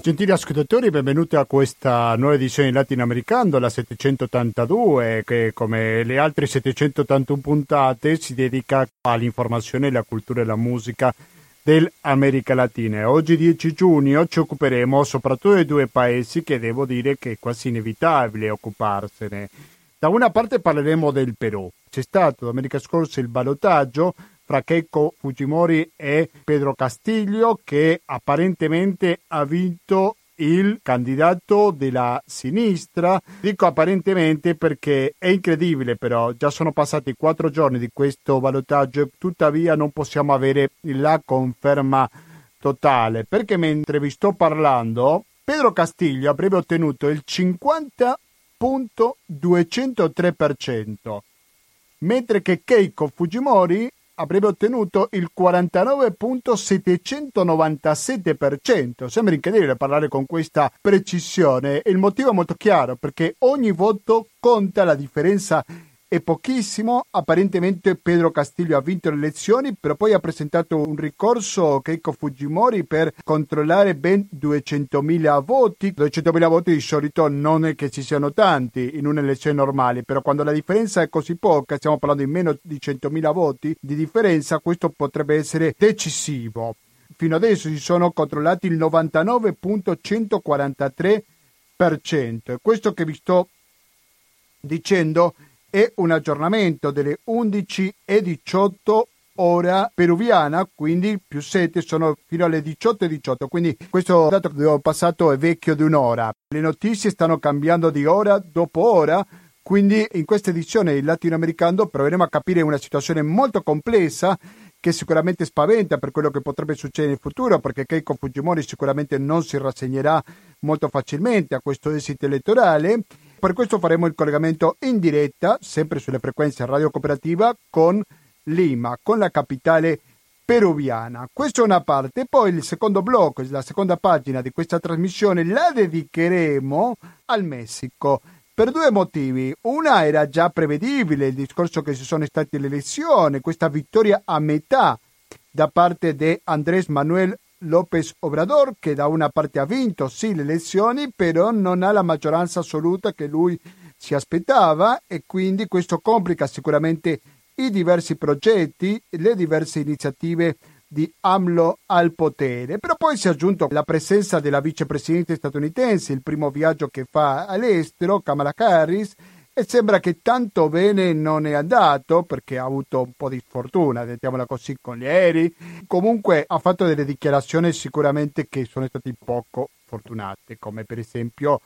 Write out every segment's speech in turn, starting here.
Gentili ascoltatori, benvenuti a questa nuova edizione di Latinoamericano, la 782, che come le altre 781 puntate si dedica all'informazione, alla cultura e alla musica dell'America Latina. Oggi 10 giugno ci occuperemo soprattutto dei due paesi che devo dire che è quasi inevitabile occuparsene. Da una parte parleremo del Perù. C'è stato domenica scorsa il ballottaggio fra Keiko Fujimori e Pedro Castillo, che apparentemente ha vinto il candidato della sinistra. Dico apparentemente perché è incredibile, però già sono passati 4 giorni di questo ballottaggio e tuttavia non possiamo avere la conferma totale, perché mentre vi sto parlando Pedro Castillo avrebbe ottenuto il 50,203%, mentre che Keiko Fujimori avrebbe ottenuto il 49,797%. Sembra incredibile parlare con questa precisione e il motivo è molto chiaro, perché ogni voto conta, la differenza è pochissimo. Apparentemente Pedro Castillo ha vinto le elezioni, però poi ha presentato un ricorso Keiko Fujimori per controllare ben 200.000 voti. 200.000 voti di solito non è che ci siano tanti in un'elezione normale, però quando la differenza è così poca, stiamo parlando di meno di 100.000 voti di differenza, questo potrebbe essere decisivo. Fino adesso si sono controllati il 99,143%, e questo che vi sto dicendo è un aggiornamento delle 11:18 ora peruviana, quindi più 7 sono fino alle 18:18, quindi questo dato che ho passato è vecchio di un'ora. Le notizie stanno cambiando di ora dopo ora, quindi in questa edizione di Latinoamericano proveremo a capire una situazione molto complessa che sicuramente spaventa per quello che potrebbe succedere in futuro, perché Keiko Fujimori sicuramente non si rassegnerà molto facilmente a questo esito elettorale. Per questo faremo il collegamento in diretta, sempre sulle frequenze Radio Cooperativa, con Lima, con la capitale peruviana. Questa è una parte. Poi il secondo blocco, la seconda pagina di questa trasmissione, la dedicheremo al Messico per due motivi. Una era già prevedibile, il discorso che ci sono state le elezioni, questa vittoria a metà da parte di Andrés Manuel López Obrador, che da una parte ha vinto sì le elezioni, però non ha la maggioranza assoluta che lui si aspettava, e quindi questo complica sicuramente i diversi progetti, le diverse iniziative di AMLO al potere. Però poi si è aggiunto la presenza della vicepresidente statunitense, il primo viaggio che fa all'estero, Kamala Harris, e sembra che tanto bene non è andato, perché ha avuto un po' di sfortuna, mettiamola così, con gli aerei. Comunque ha fatto delle dichiarazioni sicuramente che sono state poco fortunate, come per esempio: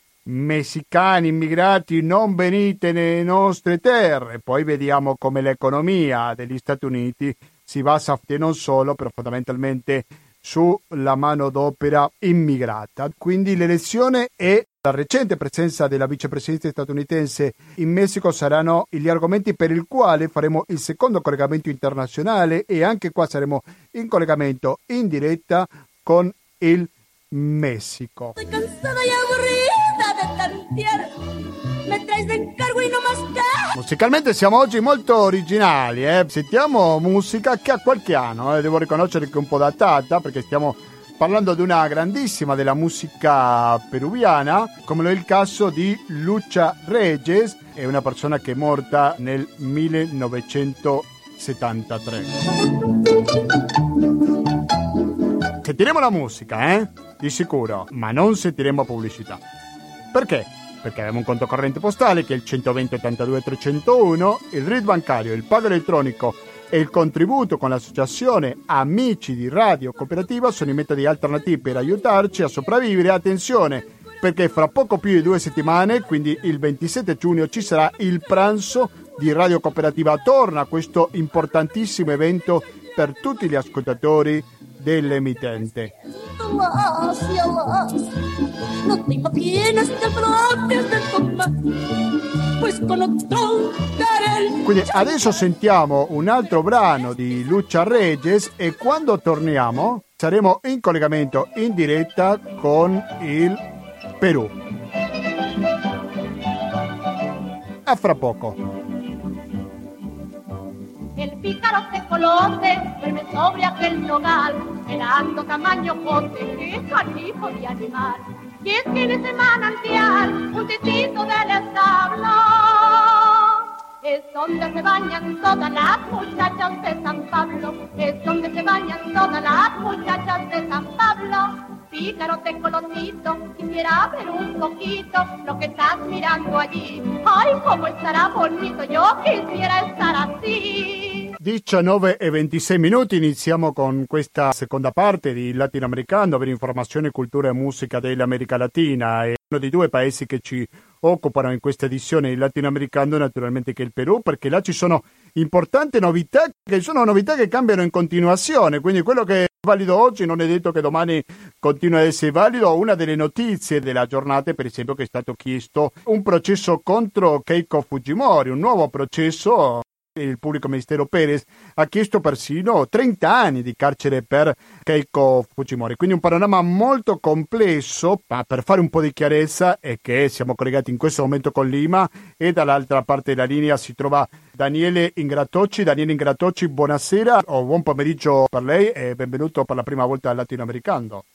messicani, immigrati, non venite nelle nostre terre. Poi vediamo come l'economia degli Stati Uniti si basa, e non solo, però fondamentalmente sulla manodopera immigrata. Quindi l'elezione e la recente presenza della vicepresidente statunitense in Messico saranno gli argomenti per il quale faremo il secondo collegamento internazionale, e anche qua saremo in collegamento in diretta con il Messico. Estoy cansada y aburrida de tantear. Me traes de encargo y no más que... Musicalmente siamo oggi molto originali, Sentiamo musica che ha qualche anno, Devo riconoscere che è un po' datata, perché stiamo parlando di una grandissima della musica peruviana, come lo è il caso di Lucha Reyes, è una persona che è morta nel 1973. Sentiremo la musica, di sicuro, ma non sentiremo pubblicità. Perché? Perché abbiamo un conto corrente postale che è il 120 82 301, il RID bancario, il pago elettronico e il contributo con l'associazione Amici di Radio Cooperativa sono i metodi alternativi per aiutarci a sopravvivere. Attenzione, perché fra poco più di 2 settimane, quindi il 27 giugno, ci sarà il pranzo di Radio Cooperativa. Torna questo importantissimo evento per tutti gli ascoltatori dell'emittente. No te imaginas que brotes de tomar, pues con otro querer. Quindi adesso sentiamo un altro brano di Lucha Reyes, e quando torniamo saremo in collegamento in diretta con il Perù. A fra poco. El pícaro tecolote duerme sobre aquel nogal. helando tamaño pote, qué tipo de animal. Y es que en ese manantial, un tecito del establo, es donde se bañan todas las muchachas de San Pablo, es donde se bañan todas las muchachas de San Pablo. Pícaro de colorcito, quisiera ver un poquito lo che estás mirando allí. Ay, come estarà bonito, io quisiera estar así. 19:26, iniziamo con questa seconda parte di Latinoamericano per informazione, cultura e musica dell'America Latina. È uno dei due paesi che ci occupano in questa edizione di Latinoamericano, naturalmente, che è il Perù, perché là ci sono importanti novità, che sono novità che cambiano in continuazione, quindi quello che è valido oggi non è detto che domani continua ad essere valido. Una delle notizie della giornata è, per esempio, che è stato chiesto un processo contro Keiko Fujimori, un nuovo processo. Il pubblico ministero Perez ha chiesto persino 30 anni di carcere per Keiko Fujimori, quindi un panorama molto complesso, ma per fare un po' di chiarezza è che siamo collegati in questo momento con Lima e dall'altra parte della linea si trova Daniele Ingratocci. Daniele Ingratocci, buonasera o buon pomeriggio per lei e benvenuto per la prima volta al Latinoamericano.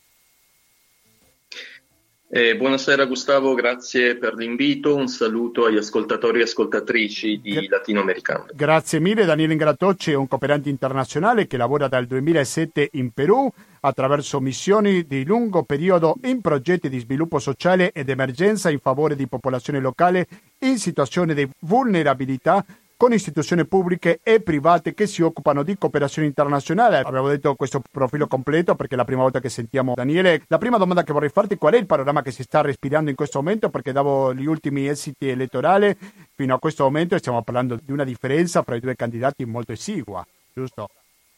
Buonasera Gustavo, grazie per l'invito, un saluto agli ascoltatori e ascoltatrici di Latinoamericano. Grazie mille. Daniele Ingratocci è un cooperante internazionale che lavora dal 2007 in Perù attraverso missioni di lungo periodo in progetti di sviluppo sociale ed emergenza in favore di popolazione locale in situazioni di vulnerabilità, con istituzioni pubbliche e private che si occupano di cooperazione internazionale. Abbiamo detto questo profilo completo perché è la prima volta che sentiamo Daniele. La prima domanda che vorrei farti: qual è il panorama che si sta respirando in questo momento? Perché dopo gli ultimi esiti elettorali, fino a questo momento stiamo parlando di una differenza fra i due candidati molto esigua, giusto?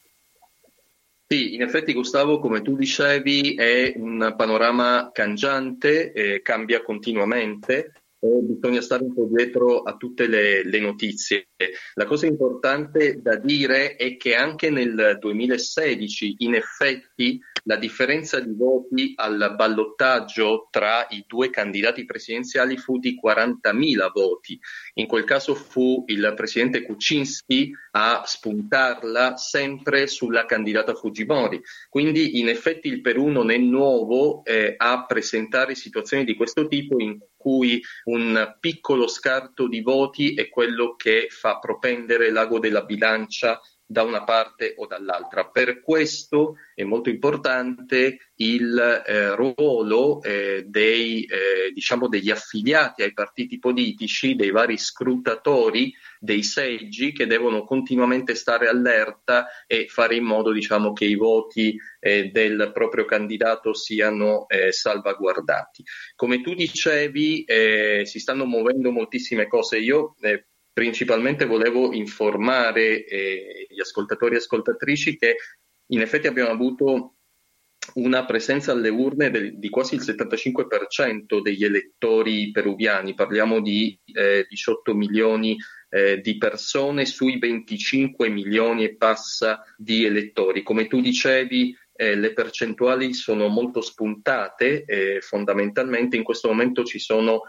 Sì, in effetti Gustavo, come tu dicevi, è un panorama cangiante, cambia continuamente. Bisogna stare un po' dietro a tutte le notizie. La cosa importante da dire è che anche nel 2016, in effetti, la differenza di voti al ballottaggio tra i due candidati presidenziali fu di 40.000 voti. In quel caso fu il presidente Kuczynski a spuntarla sempre sulla candidata Fujimori. Quindi in effetti il Perù non è nuovo a presentare situazioni di questo tipo in cui un piccolo scarto di voti è quello che fa propendere l'ago della bilancia da una parte o dall'altra. Per questo è molto importante il ruolo degli affiliati ai partiti politici, dei vari scrutatori dei seggi che devono continuamente stare allerta e fare in modo, che i voti del proprio candidato siano salvaguardati. Come tu dicevi, si stanno muovendo moltissime cose. Io principalmente volevo informare gli ascoltatori e ascoltatrici che in effetti abbiamo avuto una presenza alle urne di quasi il 75% degli elettori peruviani, parliamo di 18 milioni di persone sui 25 milioni e passa di elettori. Come tu dicevi, le percentuali sono molto spuntate, fondamentalmente in questo momento ci sono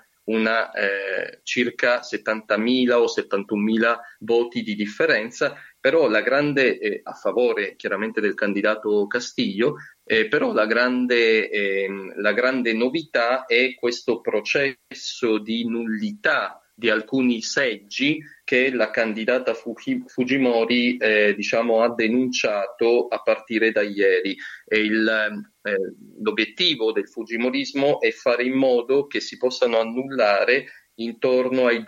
circa 70.000 o 71.000 voti di differenza, però la grande a favore chiaramente del candidato Castillo, però la grande novità è questo processo di nullità di alcuni seggi che la candidata Fujimori ha denunciato a partire da ieri. L'obiettivo del Fujimorismo è fare in modo che si possano annullare intorno ai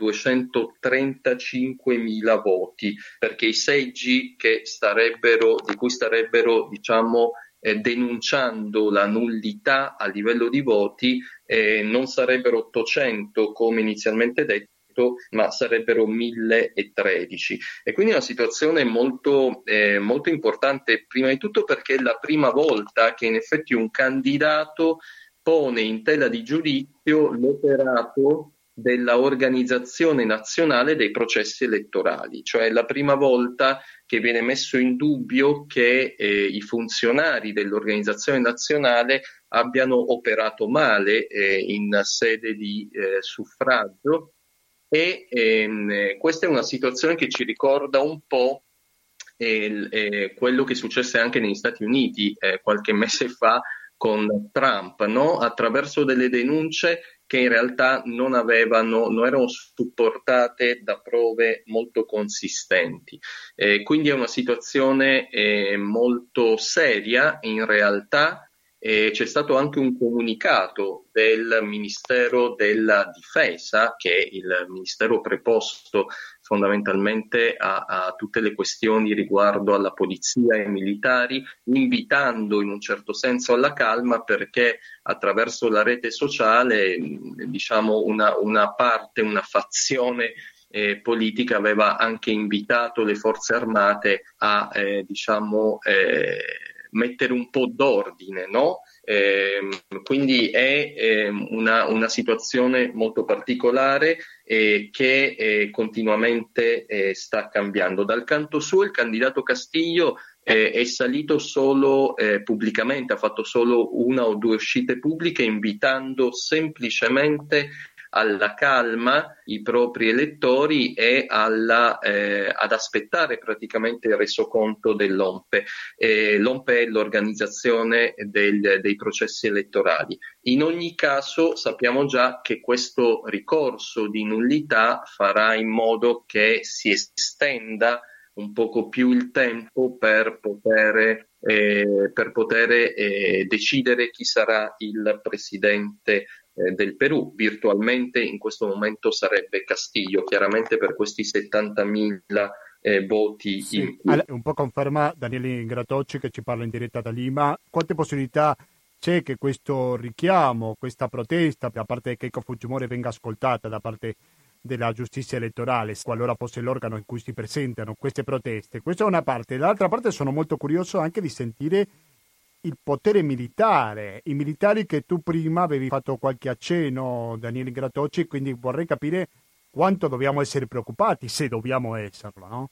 235.000 voti, perché i seggi di cui starebbero denunciando la nullità a livello di voti non sarebbero 800 come inizialmente detto, ma sarebbero 1013. E quindi è una situazione molto importante, prima di tutto perché è la prima volta che in effetti un candidato pone in tela di giudizio l'operato della Organizzazione Nazionale dei Processi Elettorali, cioè è la prima volta che viene messo in dubbio che i funzionari dell'Organizzazione Nazionale abbiano operato male in sede di suffragio. E questa è una situazione che ci ricorda un po' quello che successe anche negli Stati Uniti qualche mese fa con Trump, no? Attraverso delle denunce che in realtà non erano supportate da prove molto consistenti. Quindi è una situazione molto seria in realtà. C'è stato anche un comunicato del Ministero della Difesa, che è il ministero preposto fondamentalmente a tutte le questioni riguardo alla polizia e ai militari, invitando in un certo senso alla calma, perché attraverso la rete sociale, diciamo, una fazione politica aveva anche invitato le forze armate a mettere un po' d'ordine, no? Quindi è una situazione molto particolare che continuamente sta cambiando. Dal canto suo il candidato Castillo è salito solo pubblicamente, ha fatto solo 1 o 2 uscite pubbliche, invitando semplicemente alla calma i propri elettori e ad aspettare praticamente il resoconto dell'OMPE. L'OMPE è l'organizzazione dei processi elettorali. In ogni caso sappiamo già che questo ricorso di nullità farà in modo che si estenda un poco più il tempo per poter decidere chi sarà il presidente del Perù. Virtualmente in questo momento sarebbe Castillo, chiaramente per questi 70.000 voti sì, in più. Un po' conferma Daniele Gratocci, che ci parla in diretta da Lima. Quante possibilità c'è che questo richiamo, questa protesta da parte di Keiko Fujimori venga ascoltata da parte della giustizia elettorale, qualora fosse l'organo in cui si presentano queste proteste? Questa è una parte. Dall'altra parte sono molto curioso anche di sentire il potere militare, i militari che tu prima avevi fatto qualche accenno, Daniele Gratocci, quindi vorrei capire quanto dobbiamo essere preoccupati, se dobbiamo esserlo, no?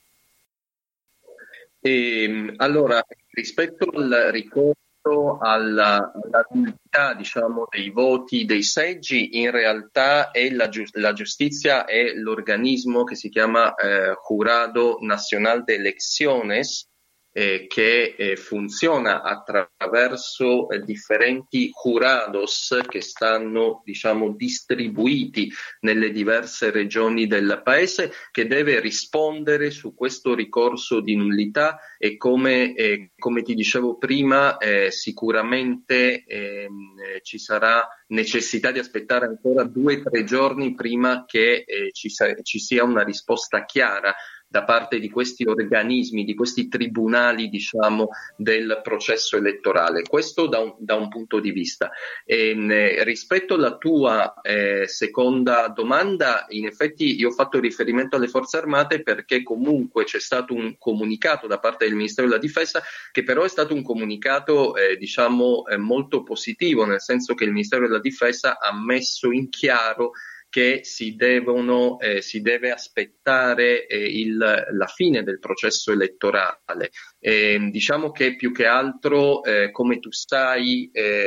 Allora, rispetto al ricorso alla nullità, diciamo, dei voti, dei seggi, in realtà la giustizia è l'organismo che si chiama Jurado Nacional de Elecciones, che funziona attraverso differenti jurados che stanno, diciamo, distribuiti nelle diverse regioni del paese, che deve rispondere su questo ricorso di nullità e come ti dicevo prima, sicuramente ci sarà necessità di aspettare ancora 2 o 3 giorni prima che ci sia una risposta chiara da parte di questi organismi, di questi tribunali, diciamo, del processo elettorale. Questo da un punto di vista. Rispetto alla tua seconda domanda, in effetti io ho fatto riferimento alle forze armate perché comunque c'è stato un comunicato da parte del Ministero della Difesa, che però è stato un comunicato molto positivo, nel senso che il Ministero della Difesa ha messo in chiaro che si deve aspettare la fine del processo elettorale. Diciamo che più che altro, come tu sai,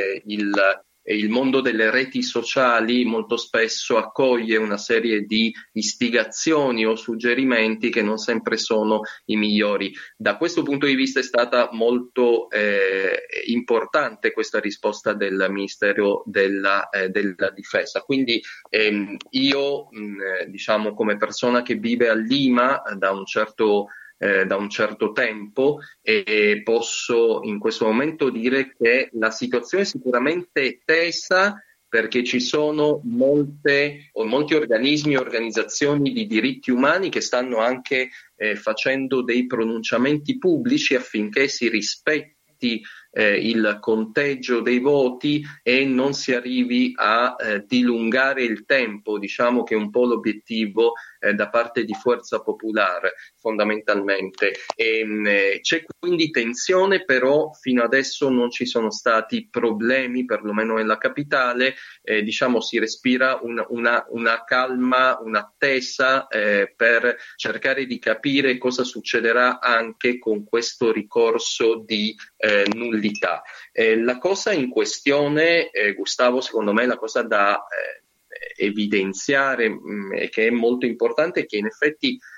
il mondo delle reti sociali molto spesso accoglie una serie di istigazioni o suggerimenti che non sempre sono i migliori. Da questo punto di vista è stata molto importante questa risposta del Ministero della Difesa. Quindi io, diciamo, come persona che vive a Lima da un certo tempo, e posso in questo momento dire che la situazione è sicuramente tesa, perché ci sono molti organismi e organizzazioni di diritti umani che stanno anche facendo dei pronunciamenti pubblici affinché si rispetti il conteggio dei voti e non si arrivi a dilungare il tempo, diciamo che è un po' l'obiettivo da parte di Forza Popolare fondamentalmente. C'è quindi tensione, però fino adesso non ci sono stati problemi, perlomeno nella capitale. Diciamo si respira una calma, un'attesa per cercare di capire cosa succederà anche con questo ricorso di nullità. La cosa in questione, Gustavo, secondo me la cosa da evidenziare e che è molto importante è che in effetti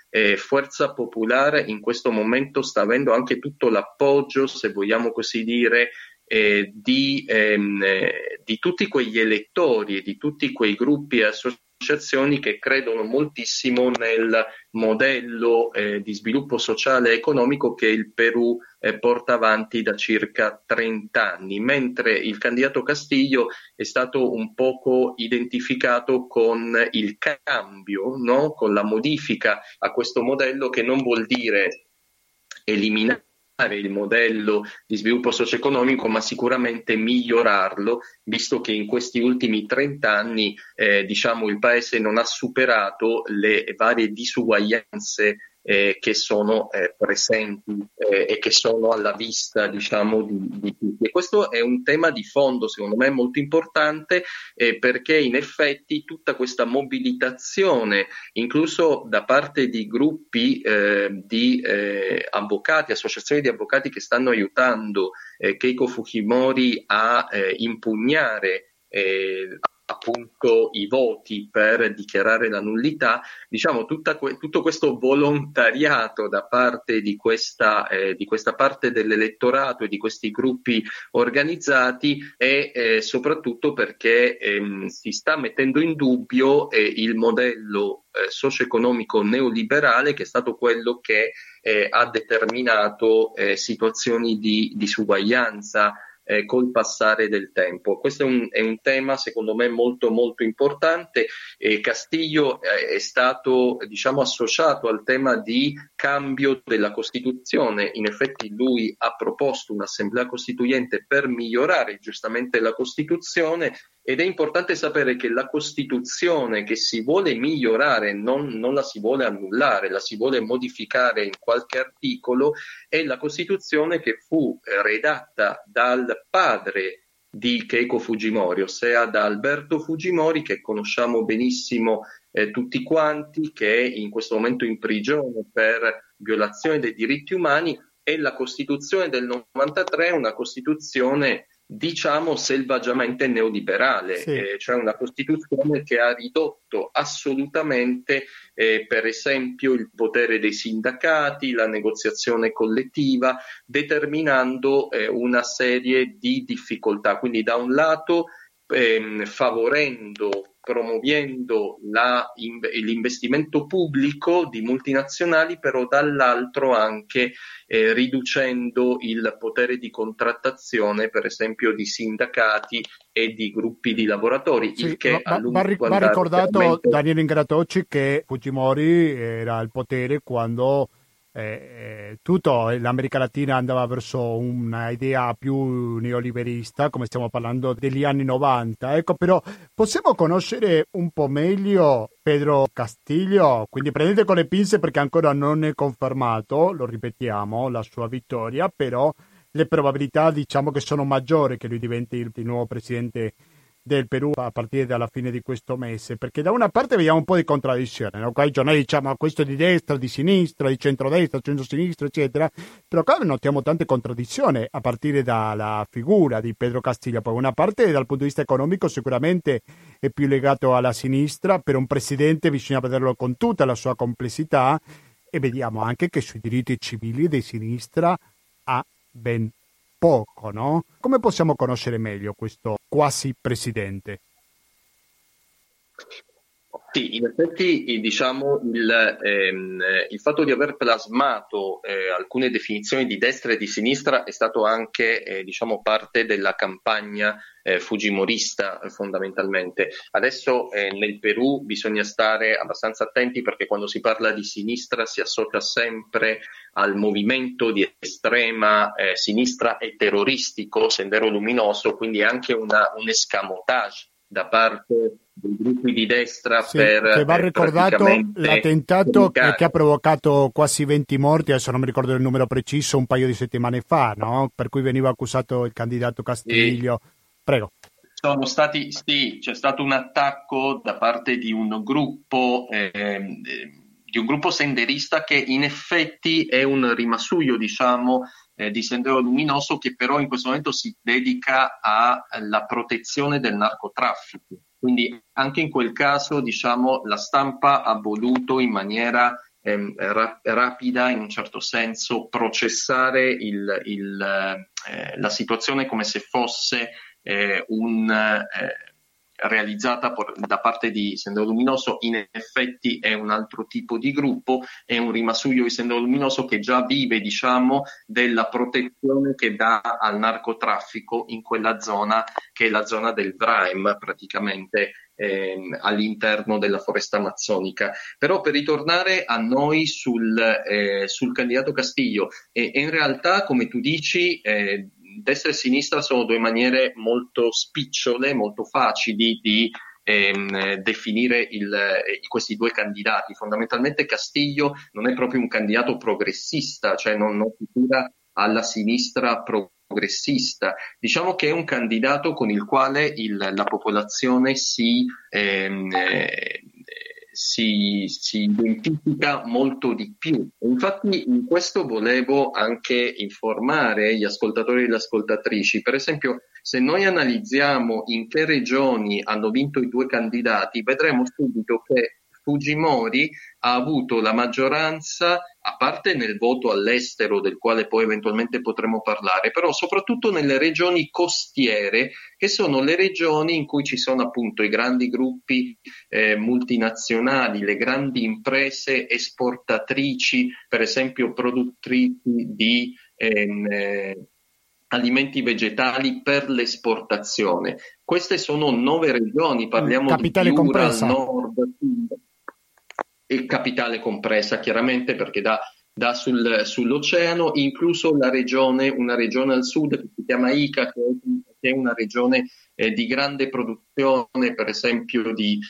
Forza Popolare in questo momento sta avendo anche tutto l'appoggio, se vogliamo così dire, di tutti quegli elettori e di tutti quei gruppi e associazioni che credono moltissimo nel modello di sviluppo sociale e economico che il Perù porta avanti da circa 30 anni, mentre il candidato Castillo è stato un poco identificato con il cambio, no? Con la modifica a questo modello, che non vuol dire eliminare il modello di sviluppo socio-economico, ma sicuramente migliorarlo, visto che in questi ultimi 30 anni il Paese non ha superato le varie disuguaglianze che sono presenti e che sono alla vista, di tutti. E questo è un tema di fondo, secondo me, molto importante, perché in effetti tutta questa mobilitazione, incluso da parte di gruppi di avvocati, associazioni di avvocati che stanno aiutando Keiko Fujimori a impugnare appunto i voti per dichiarare la nullità, tutto questo volontariato da parte di questa parte dell'elettorato e di questi gruppi organizzati è soprattutto perché si sta mettendo in dubbio il modello socio-economico neoliberale, che è stato quello che ha determinato situazioni di disuguaglianza col passare del tempo. Questo è un tema secondo me molto molto importante. Castillo è stato associato al tema di cambio della Costituzione. In effetti lui ha proposto un'assemblea costituente per migliorare giustamente la Costituzione, ed è importante sapere che la Costituzione che si vuole migliorare non la si vuole annullare, la si vuole modificare in qualche articolo. È la Costituzione che fu redatta dal padre di Keiko Fujimori, ossia da Alberto Fujimori, che conosciamo benissimo tutti quanti, che è in questo momento in prigione per violazione dei diritti umani. E la Costituzione del 93 è una Costituzione selvaggiamente neoliberale, sì. Cioè una Costituzione che ha ridotto assolutamente per esempio il potere dei sindacati, la negoziazione collettiva, determinando una serie di difficoltà. Quindi da un lato promuovendo l'investimento pubblico di multinazionali, però dall'altro anche riducendo il potere di contrattazione, per esempio, di sindacati e di gruppi di lavoratori. Sì, il che va ricordato, chiaramente... Daniele Ingratocci, che Fujimori era al potere quando tutto l'America Latina andava verso una idea più neoliberista, come stiamo parlando degli anni 90. Ecco, però possiamo conoscere un po' meglio Pedro Castillo? Quindi prendete con le pinze, perché ancora non è confermato, lo ripetiamo, la sua vittoria, però le probabilità che sono maggiori che lui diventi il nuovo presidente del Perù a partire dalla fine di questo mese, perché da una parte vediamo un po' di contraddizione, no? Qua i giornali diciamo questo è di destra, di sinistra, di centrodestra, centrosinistra, eccetera, però qua notiamo tante contraddizioni a partire dalla figura di Pedro Castillo. Poi una parte dal punto di vista economico sicuramente è più legato alla sinistra, per un presidente bisogna vederlo con tutta la sua complessità, e vediamo anche che sui diritti civili di sinistra ha ben poco, no? Come possiamo conoscere meglio questo quasi presidente? Sì, in effetti il fatto di aver plasmato alcune definizioni di destra e di sinistra è stato anche parte della campagna fujimorista fondamentalmente. Adesso nel Perù bisogna stare abbastanza attenti, perché quando si parla di sinistra si associa sempre al movimento di estrema sinistra e terroristico Sendero Luminoso, quindi anche un escamotage da parte dei gruppi di destra, sì, per che va ricordato l'attentato che ha provocato quasi 20 morti, adesso non mi ricordo il numero preciso, un paio di settimane fa, no? Per cui veniva accusato il candidato Castillo. Prego. C'è stato un attacco da parte di un gruppo senderista che in effetti è un rimasuglio di Sendero Luminoso, che però in questo momento si dedica alla protezione del narcotraffico. Quindi anche in quel caso la stampa ha voluto in maniera rapida, in un certo senso, processare la situazione come se fosse realizzata da parte di Sendero Luminoso. In effetti è un altro tipo di gruppo, è un rimasuglio di Sendero Luminoso che già vive, diciamo, della protezione che dà al narcotraffico in quella zona, che è la zona del Vraim, praticamente all'interno della foresta amazzonica. Però per ritornare a noi sul candidato Castillo, in realtà, come tu dici, destra e sinistra sono due maniere molto spicciole, molto facili di definire questi due candidati. Fondamentalmente Castillo non è proprio un candidato progressista, cioè non figura alla sinistra progressista. Diciamo che è un candidato con il quale la popolazione si identifica molto di più. Infatti in questo volevo anche informare gli ascoltatori e le ascoltatrici. Per esempio, se noi analizziamo in che regioni hanno vinto i due candidati, vedremo subito che Fujimori ha avuto la maggioranza, a parte nel voto all'estero, del quale poi eventualmente potremo parlare, però soprattutto nelle regioni costiere, che sono le regioni in cui ci sono appunto i grandi gruppi multinazionali, le grandi imprese esportatrici, per esempio produttrici di alimenti vegetali per l'esportazione. Queste sono 9 regioni, parliamo Capitale di Piura, compresa. al nord, e capitale compresa, chiaramente, perché dà sull'oceano, incluso una regione al sud che si chiama Ica, che è una regione di grande produzione, per esempio di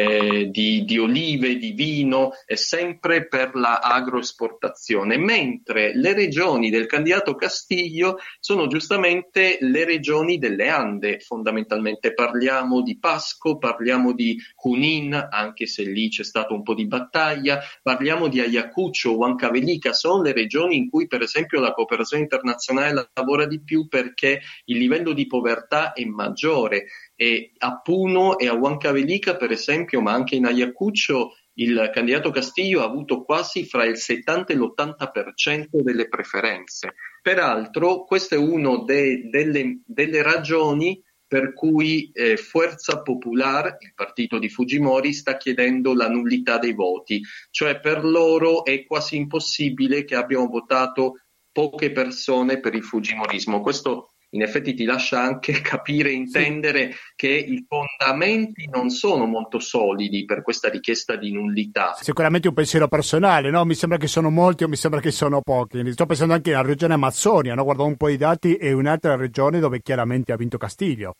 olive, di vino, sempre per la agroesportazione, mentre le regioni del candidato Castillo sono giustamente le regioni delle Ande. Fondamentalmente parliamo di Pasco, parliamo di Junín, anche se lì c'è stato un po' di battaglia, parliamo di Ayacucho, Huancavelica. Sono le regioni in cui per esempio la cooperazione internazionale lavora di più, perché il livello di povertà è maggiore. E a Puno e a Huancavelica, per esempio, ma anche in Ayacucho, il candidato Castillo ha avuto quasi fra il 70 e l'80% delle preferenze. Peraltro, questa è una delle ragioni per cui Fuerza Popular, il partito di Fujimori, sta chiedendo la nullità dei voti. Cioè, per loro è quasi impossibile che abbiano votato poche persone per il Fujimorismo. Questo in effetti ti lascia anche capire, intendere che i fondamenti non sono molto solidi per questa richiesta di nullità. Sicuramente un pensiero personale, no? Mi sembra che sono molti o mi sembra che sono pochi. Sto pensando anche alla regione Amazzonia, no? Guardo un po' i dati, è un'altra regione dove chiaramente ha vinto Castillo.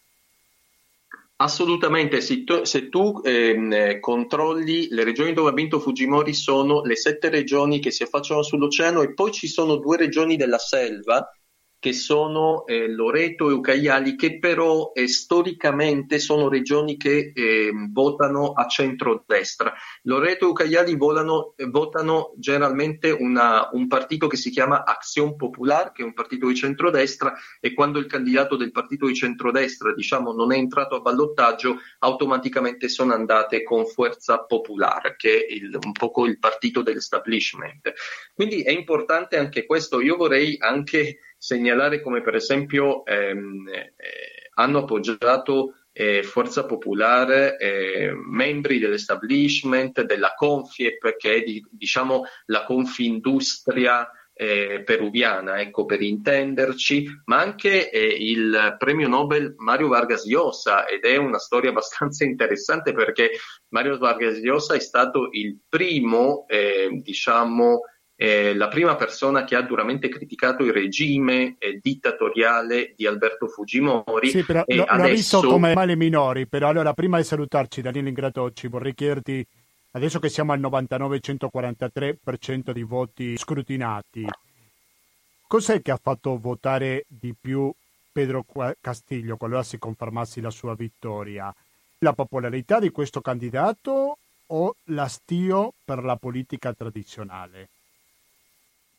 Assolutamente, se tu controlli le regioni dove ha vinto Fujimori, sono le 7 regioni che si affacciano sull'oceano, e poi ci sono 2 regioni della selva, che sono Loreto e Ucayali, che però storicamente sono regioni che votano a centrodestra. Loreto e Ucayali votano generalmente un partito che si chiama Acción Popular, che è un partito di centrodestra, e quando il candidato del partito di centrodestra, diciamo, non è entrato a ballottaggio, automaticamente sono andate con Fuerza Popular, che è un poco il partito dell'establishment. Quindi è importante anche questo. Io vorrei anche segnalare come per esempio hanno appoggiato Forza Popolare membri dell'establishment, della Confiep, che è diciamo la Confindustria peruviana, ecco, per intenderci, ma anche il premio Nobel Mario Vargas Llosa, ed è una storia abbastanza interessante, perché Mario Vargas Llosa è stato il primo, la prima persona che ha duramente criticato il regime dittatoriale di Alberto Fujimori. Sì, però e l'ho adesso visto come male minori. Però allora, prima di salutarci, Daniele Ingratocci, vorrei chiederti, adesso che siamo al 99,143% di voti scrutinati, cos'è che ha fatto votare di più Pedro Castillo qualora si confermasse la sua vittoria? La popolarità di questo candidato o l'astio per la politica tradizionale?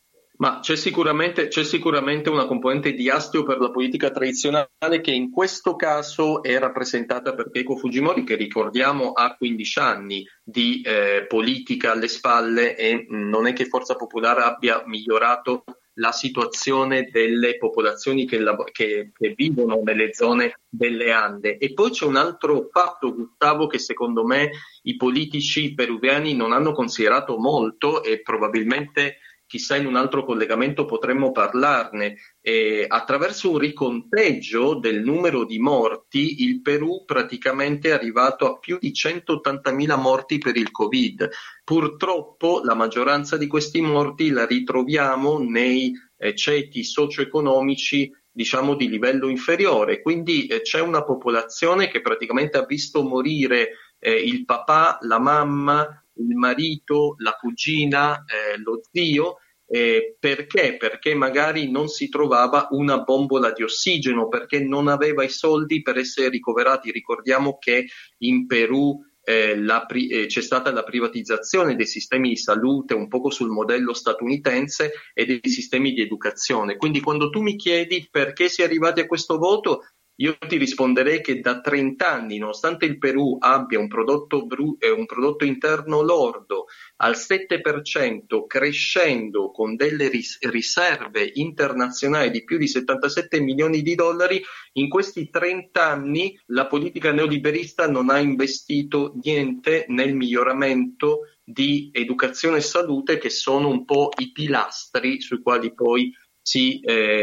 Ma c'è sicuramente una componente di astio per la politica tradizionale che in questo caso è rappresentata per Keiko Fujimori, che ricordiamo ha 15 anni di politica alle spalle e non è che Forza Popolare abbia migliorato la situazione delle popolazioni che vivono nelle zone delle Ande. E poi c'è un altro fatto, Gustavo, che secondo me i politici peruviani non hanno considerato molto e probabilmente chissà in un altro collegamento potremmo parlarne. Attraverso un riconteggio del numero di morti, il Perù praticamente è arrivato a più di 180.000 morti per il Covid. Purtroppo la maggioranza di questi morti la ritroviamo nei ceti socio-economici, diciamo, di livello inferiore, quindi c'è una popolazione che praticamente ha visto morire il papà, la mamma, il marito, la cugina, lo zio. Perché? Perché magari non si trovava una bombola di ossigeno, perché non aveva i soldi per essere ricoverati. Ricordiamo che in Perù c'è stata la privatizzazione dei sistemi di salute un poco sul modello statunitense e dei sistemi di educazione. Quindi quando tu mi chiedi perché si è arrivati a questo voto, io ti risponderei che da 30 anni, nonostante il Perù abbia un prodotto interno lordo al 7%, crescendo con delle riserve internazionali di più di 77 milioni di dollari, in questi 30 anni la politica neoliberista non ha investito niente nel miglioramento di educazione e salute, che sono un po' i pilastri sui quali poi si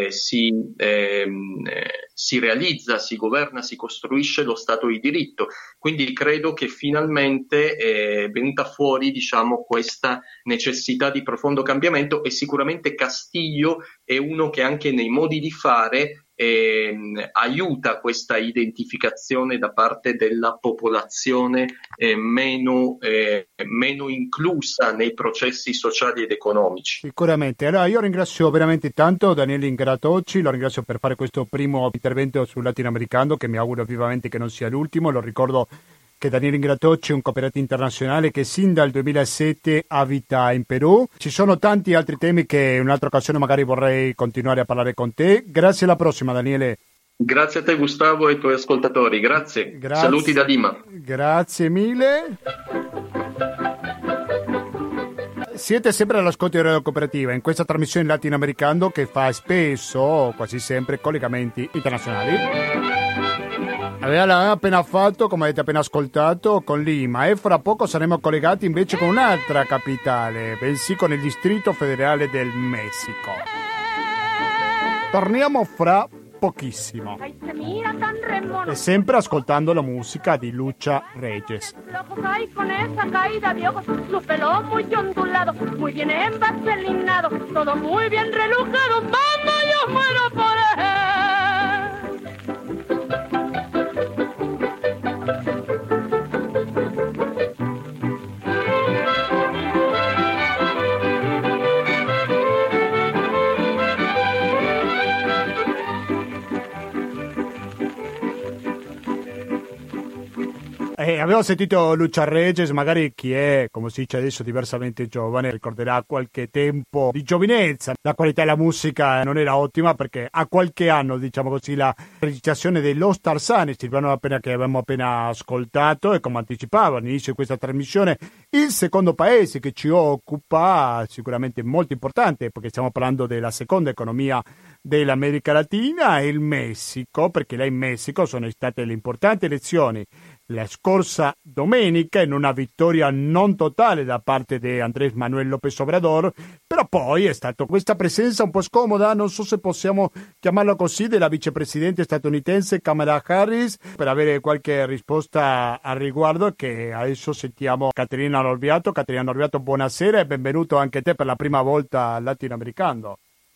realizza, si governa, si costruisce lo Stato di diritto. Quindi credo che finalmente è venuta fuori, diciamo, questa necessità di profondo cambiamento, e sicuramente Castillo è uno che anche nei modi di fare aiuta questa identificazione da parte della popolazione meno inclusa nei processi sociali ed economici. Sicuramente. Allora io ringrazio veramente tanto Daniele Ingratocci, lo ringrazio per fare questo primo intervento sul latinoamericano, che mi auguro vivamente che non sia l'ultimo. Lo ricordo che Daniele Ingratocci è un cooperativo internazionale che sin dal 2007 abita in Perù. Ci sono tanti altri temi che in un'altra occasione magari vorrei continuare a parlare con te. Grazie, alla prossima Daniele. Grazie a te Gustavo e ai tuoi ascoltatori, grazie. Saluti da Lima. Grazie mille. Siete sempre all'ascolto di Radio Cooperativa, in questa trasmissione latinoamericano che fa spesso, quasi sempre, collegamenti internazionali. Aveva appena fatto, come avete appena ascoltato, con Lima, e fra poco saremo collegati invece con un'altra capitale, bensì con il Distrito Federale del Messico. Torniamo fra pochissimo. E sempre ascoltando la musica di Lucha Reyes. Con esa caída de ojos, su pelo muy ondulado, muy bien envaselinado, todo muy bien relujado, mamá, yo muero por él. Avevo sentito Lucha Reyes, magari chi è, come si dice adesso, diversamente giovane, ricorderà qualche tempo di giovinezza. La qualità della musica non era ottima perché a qualche anno, diciamo così, la registrazione dei Los Tarzanes, il brano che abbiamo appena ascoltato, e come anticipavo all'inizio di questa trasmissione, il secondo paese che ci occupa, sicuramente molto importante, perché stiamo parlando della seconda economia dell'America Latina, è il Messico, perché là in Messico sono state le importanti elezioni la scorsa domenica in una vittoria non totale da parte di Andrés Manuel López Obrador, però poi è stata questa presenza un po' scomoda, non so se possiamo chiamarlo così, della vicepresidente statunitense Kamala Harris, per avere qualche risposta al riguardo, che adesso sentiamo Caterina Norviato. Caterina Norviato, buonasera e benvenuto anche te per la prima volta al latinoamericano.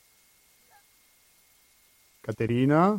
Caterina?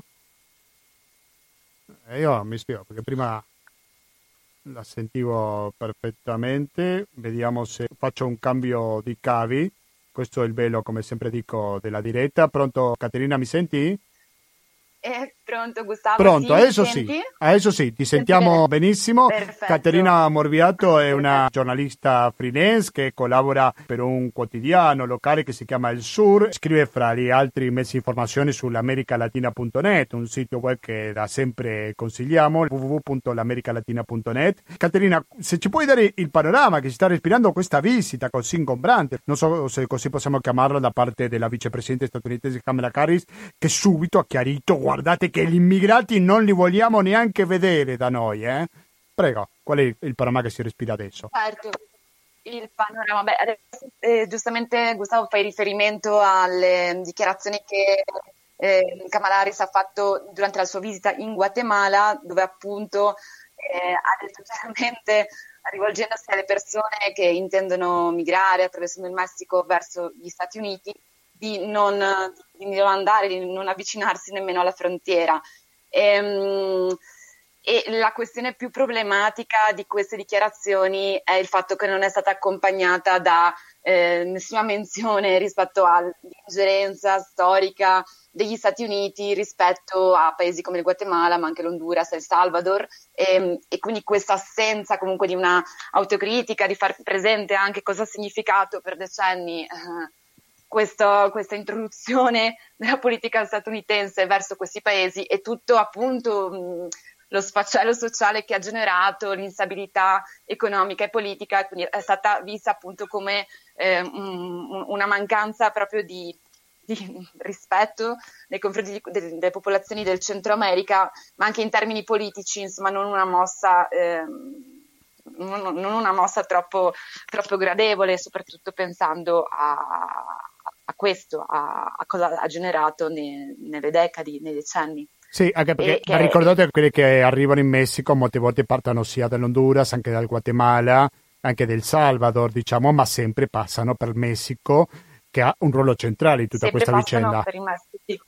Io mi spiego perché prima la sentivo perfettamente. Vediamo se faccio un cambio di cavi. Questo è il bello, come sempre dico, della diretta. Pronto, Caterina, mi senti? Pronto Gustavo? Pronto, Sì, adesso sì, ti sentiamo benissimo. Perfetto. Caterina Morviato è una giornalista freelance che collabora per un quotidiano locale che si chiama Il Sur, scrive fra gli altri mezzi di informazione sull'americalatina.net, un sito web che da sempre consigliamo, www.l'americalatina.net. Caterina, se ci puoi dare il panorama che si sta respirando questa visita così ingombrante, non so se così possiamo chiamarla, da parte della vicepresidente statunitense Kamala Harris, che subito ha chiarito: guardate che gli immigrati non li vogliamo neanche vedere da noi, eh? Prego, qual è il panorama che si respira adesso? Certo, il panorama. Beh, adesso, giustamente Gustavo fai riferimento alle dichiarazioni che Kamala Harris ha fatto durante la sua visita in Guatemala, dove appunto ha detto chiaramente, rivolgendosi alle persone che intendono migrare attraversando il Messico verso gli Stati Uniti, di non andare, di non avvicinarsi nemmeno alla frontiera. E la questione più problematica di queste dichiarazioni è il fatto che non è stata accompagnata da nessuna menzione rispetto all'ingerenza storica degli Stati Uniti rispetto a paesi come il Guatemala, ma anche l'Honduras e il Salvador, e quindi questa assenza comunque di una autocritica, di far presente anche cosa ha significato per decenni questa introduzione della politica statunitense verso questi paesi, e tutto appunto lo sfacelo sociale che ha generato, l'instabilità economica e politica, e quindi è stata vista appunto come una mancanza proprio di rispetto nei confronti delle popolazioni del Centro America, ma anche in termini politici, insomma, non una mossa troppo gradevole, soprattutto pensando a questo, a cosa ha generato nelle decadi, nei decenni. Sì, anche perché ricordate che quelli che arrivano in Messico molte volte partono sia dall'Honduras, anche dal Guatemala, anche del Salvador, diciamo, ma sempre passano per Messico, che ha un ruolo centrale in tutta questa vicenda. Per il Messico.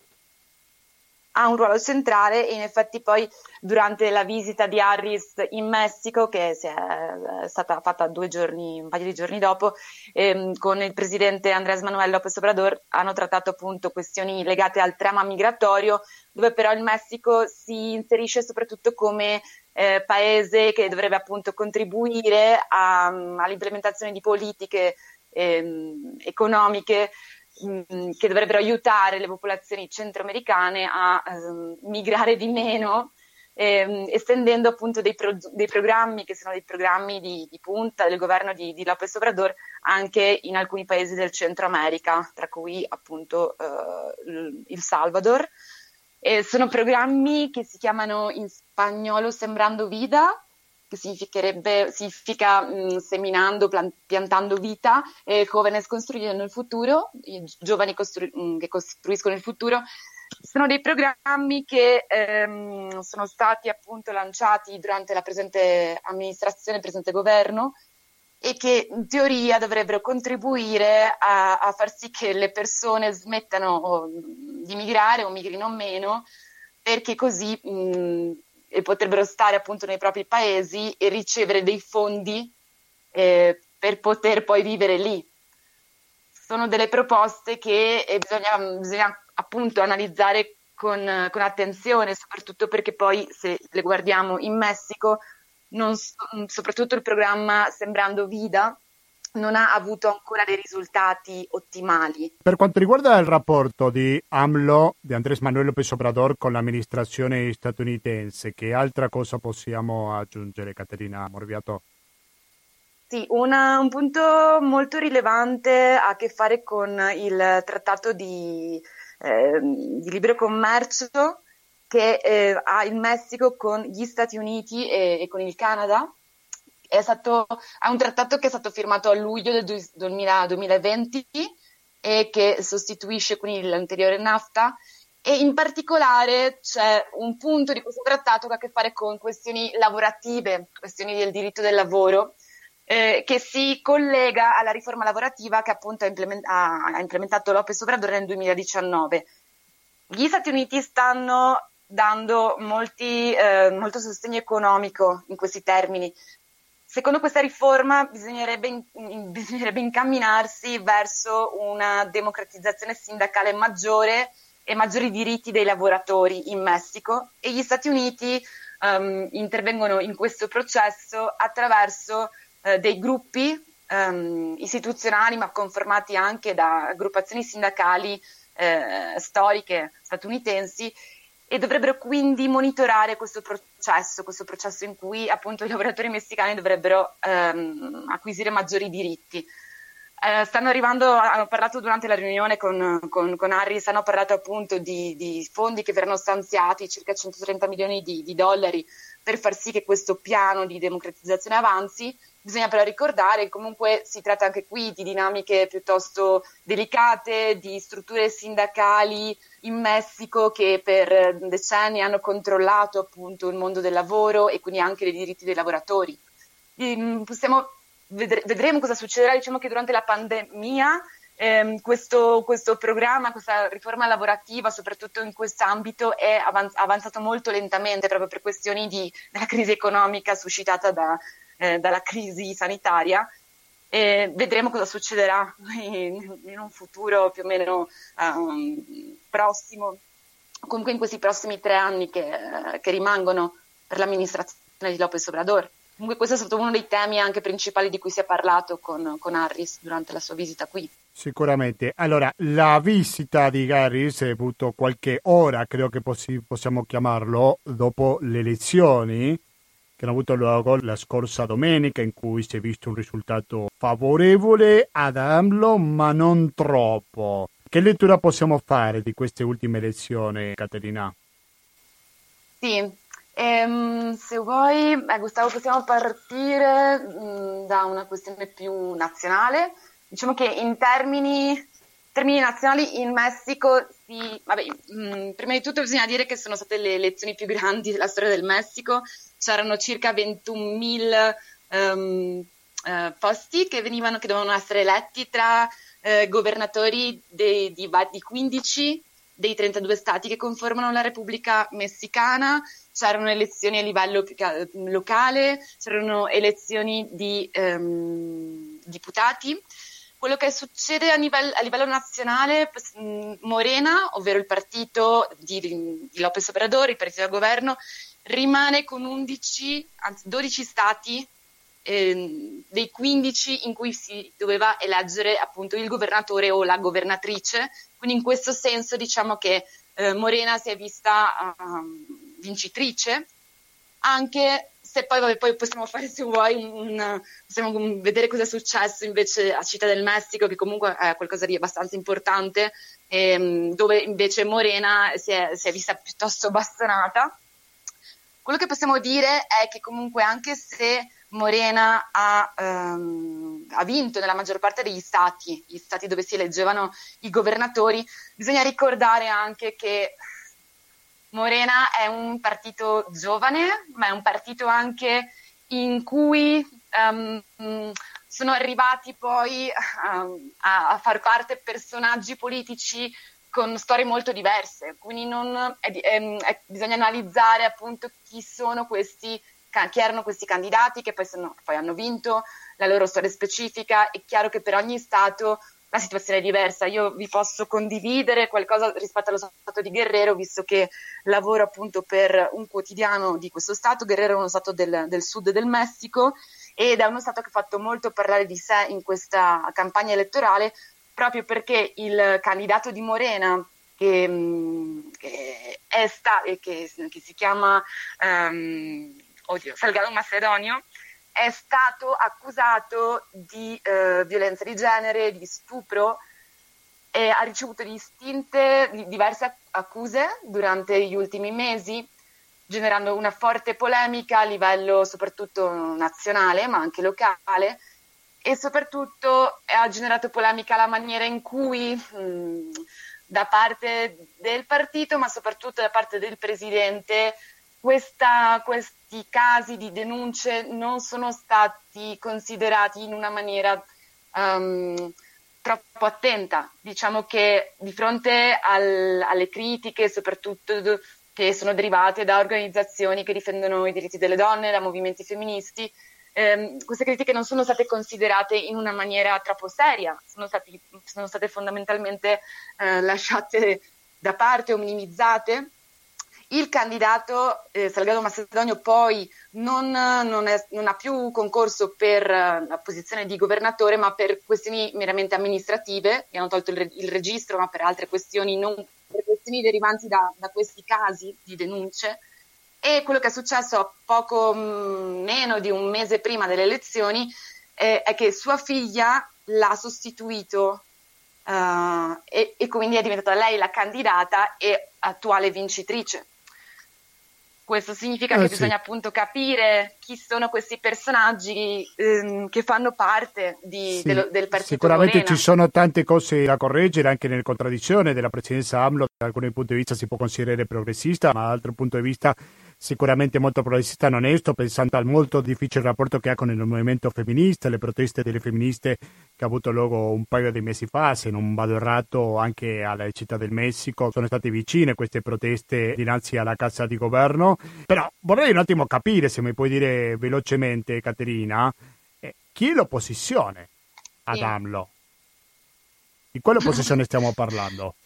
Ha un ruolo centrale, e in effetti poi durante la visita di Harris in Messico, che è stata fatta un paio di giorni dopo, con il presidente Andrés Manuel López Obrador, hanno trattato appunto questioni legate al tema migratorio, dove però il Messico si inserisce soprattutto come paese che dovrebbe appunto contribuire all'implementazione di politiche economiche che dovrebbero aiutare le popolazioni centroamericane a migrare di meno, estendendo appunto dei programmi che sono dei programmi di punta del governo di López Obrador anche in alcuni paesi del Centro America, tra cui appunto il Salvador. Sono programmi che si chiamano in spagnolo Sembrando Vida, che significa seminando, piantando vita, jóvenes construyendo il futuro, i giovani che costruiscono il futuro. Sono dei programmi che sono stati appunto lanciati durante la presente amministrazione, il presente governo, e che in teoria dovrebbero contribuire a far sì che le persone smettano di migrare o migrino meno, perché così potrebbero stare appunto nei propri paesi e ricevere dei fondi per poter poi vivere lì. Sono delle proposte che bisogna appunto analizzare con attenzione, soprattutto perché poi, se le guardiamo in Messico, soprattutto il programma Sembrando Vida non ha avuto ancora dei risultati ottimali. Per quanto riguarda il rapporto di AMLO, di Andrés Manuel López Obrador, con l'amministrazione statunitense, che altra cosa possiamo aggiungere, Caterina Morviato? Sì, un punto molto rilevante ha a che fare con il trattato di libero commercio che ha il Messico con gli Stati Uniti e con il Canada. È un trattato che è stato firmato a luglio del 2020 e che sostituisce quindi l'anteriore NAFTA, e in particolare c'è un punto di questo trattato che ha a che fare con questioni lavorative, questioni del diritto del lavoro, che si collega alla riforma lavorativa che appunto ha implementato López Obrador nel 2019. Gli Stati Uniti stanno dando molto sostegno economico in questi termini. Secondo questa riforma bisognerebbe incamminarsi verso una democratizzazione sindacale maggiore e maggiori diritti dei lavoratori in Messico, e gli Stati Uniti intervengono in questo processo attraverso dei gruppi istituzionali, ma conformati anche da aggruppazioni sindacali storiche statunitensi, e dovrebbero quindi monitorare questo processo in cui appunto i lavoratori messicani dovrebbero acquisire maggiori diritti. Hanno parlato durante la riunione con Harris, hanno parlato appunto di fondi che verranno stanziati, circa 130 milioni di dollari, per far sì che questo piano di democratizzazione avanzi. Bisogna però ricordare che comunque si tratta anche qui di dinamiche piuttosto delicate, di strutture sindacali in Messico che per decenni hanno controllato appunto il mondo del lavoro e quindi anche i diritti dei lavoratori. Vedremo cosa succederà. Diciamo che durante la pandemia questo programma, questa riforma lavorativa, soprattutto in quest'ambito, è avanzato molto lentamente proprio per questioni della crisi economica suscitata dalla crisi sanitaria. Vedremo cosa succederà in un futuro più o meno prossimo, comunque in questi prossimi 3 anni che rimangono per l'amministrazione di López Obrador. Comunque questo è stato uno dei temi anche principali di cui si è parlato con Harris durante la sua visita qui. Sicuramente. Allora, la visita di Harris è avuto qualche ora, credo che possiamo chiamarlo, dopo le elezioni che hanno avuto luogo la scorsa domenica, in cui si è visto un risultato favorevole ad AMLO, ma non troppo. Che lettura possiamo fare di queste ultime elezioni, Caterina? Sì. Se vuoi, Gustavo, possiamo partire da una questione più nazionale. Diciamo che in termini nazionali in Messico, prima di tutto bisogna dire che sono state le elezioni più grandi della storia del Messico. C'erano circa 21.000 posti che dovevano essere eletti tra governatori di 15 dei 32 stati che conformano la Repubblica Messicana. C'erano elezioni a livello locale, c'erano elezioni di deputati. Quello che succede a livello nazionale, Morena, ovvero il partito di López Obrador, il partito del governo, rimane con 12 stati dei 15 in cui si doveva eleggere appunto il governatore o la governatrice. Quindi in questo senso diciamo che Morena si è vista vincitrice, anche se poi possiamo fare, se vuoi, possiamo vedere cosa è successo invece a Città del Messico, che comunque è qualcosa di abbastanza importante, dove invece Morena si è vista piuttosto bastonata. Quello che possiamo dire è che comunque, anche se Morena ha vinto nella maggior parte degli stati, gli stati dove si eleggevano i governatori, bisogna ricordare anche che Morena è un partito giovane, ma è un partito anche in cui sono arrivati poi a far parte personaggi politici con storie molto diverse, quindi bisogna analizzare appunto chi erano questi candidati che poi hanno vinto, la loro storia specifica. È chiaro che per ogni stato la situazione è diversa. Io vi posso condividere qualcosa rispetto allo stato di Guerrero, visto che lavoro appunto per un quotidiano di questo stato. Guerrero è uno stato del sud del Messico ed è uno stato che ha fatto molto parlare di sé in questa campagna elettorale, proprio perché il candidato di Morena, che si chiama Salgado Macedonio, è stato accusato di violenza di genere, di stupro, e ha ricevuto diverse accuse durante gli ultimi mesi, generando una forte polemica a livello soprattutto nazionale, ma anche locale, e soprattutto ha generato polemica la maniera in cui da parte del partito, ma soprattutto da parte del presidente, questi casi di denunce non sono stati considerati in una maniera troppo attenta. Diciamo che di fronte alle critiche, soprattutto che sono derivate da organizzazioni che difendono i diritti delle donne, da movimenti femministi, queste critiche non sono state considerate in una maniera troppo seria, sono state fondamentalmente lasciate da parte o minimizzate. Il candidato Salgado Macedonio poi non ha più concorso per la posizione di governatore, ma per questioni meramente amministrative, gli hanno tolto il registro, ma per altre questioni, non per questioni derivanti da questi casi di denunce. E quello che è successo poco meno di un mese prima delle elezioni è che sua figlia l'ha sostituito e quindi è diventata lei la candidata e attuale vincitrice. Questo significa che bisogna appunto capire chi sono questi personaggi che fanno parte del partito Sicuramente Morena. ci sono tante cose da correggere anche nella contraddizione della presidenza AMLO. Da alcuni punti di vista si può considerare progressista, ma dall'altro punto di vista sicuramente molto progressista non è. Sto pensando al molto difficile rapporto che ha con il movimento femminista, le proteste delle femministe che ha avuto luogo un paio di mesi fa, se non vado errato anche alla Città del Messico. Sono state vicine queste proteste dinanzi alla Casa di Governo. Però vorrei un attimo capire, se mi puoi dire velocemente, Caterina, chi è l'opposizione ad AMLO? Di quale opposizione stiamo parlando?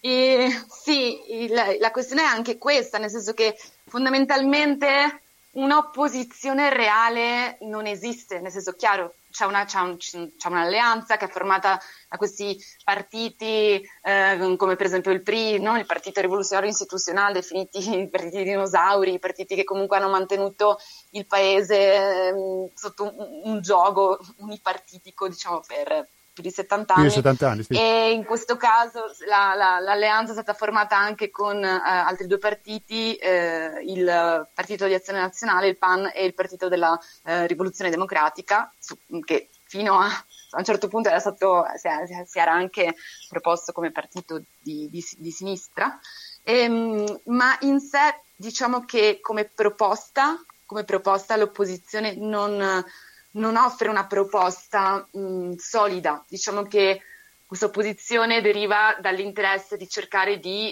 La questione è anche questa, nel senso che fondamentalmente un'opposizione reale non esiste, nel senso, chiaro, c'è un'alleanza che è formata da questi partiti come per esempio il PRI, no? Il Partito Rivoluzionario Istituzionale, definiti i partiti dinosauri, i partiti che comunque hanno mantenuto il paese sotto un gioco unipartitico, diciamo, per più di 70 anni. Più di 70 anni, sì. E in questo caso l'alleanza è stata formata anche con altri due partiti, il Partito di Azione Nazionale, il PAN, e il Partito della Rivoluzione Democratica, che fino a un certo punto si era anche proposto come partito di sinistra, ma in sé diciamo che come proposta l'opposizione non offre una proposta solida. Diciamo che questa opposizione deriva dall'interesse di cercare di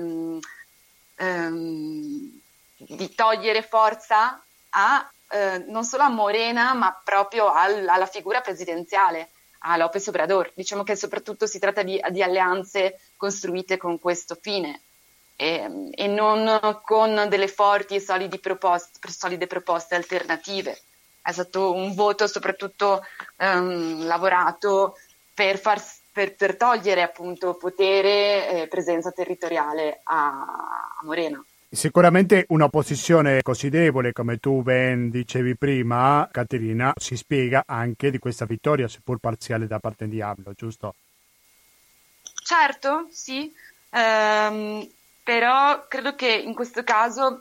togliere forza non solo a Morena, ma proprio alla figura presidenziale, a López Obrador. Diciamo che soprattutto si tratta di alleanze costruite con questo fine e non con delle forti e solide proposte alternative. È stato un voto soprattutto lavorato per togliere appunto potere e presenza territoriale a Morena. Sicuramente un'opposizione così debole, come tu ben dicevi prima, Caterina, si spiega anche di questa vittoria, seppur parziale, da parte di AMLO, giusto? Certo, sì, però credo che in questo caso,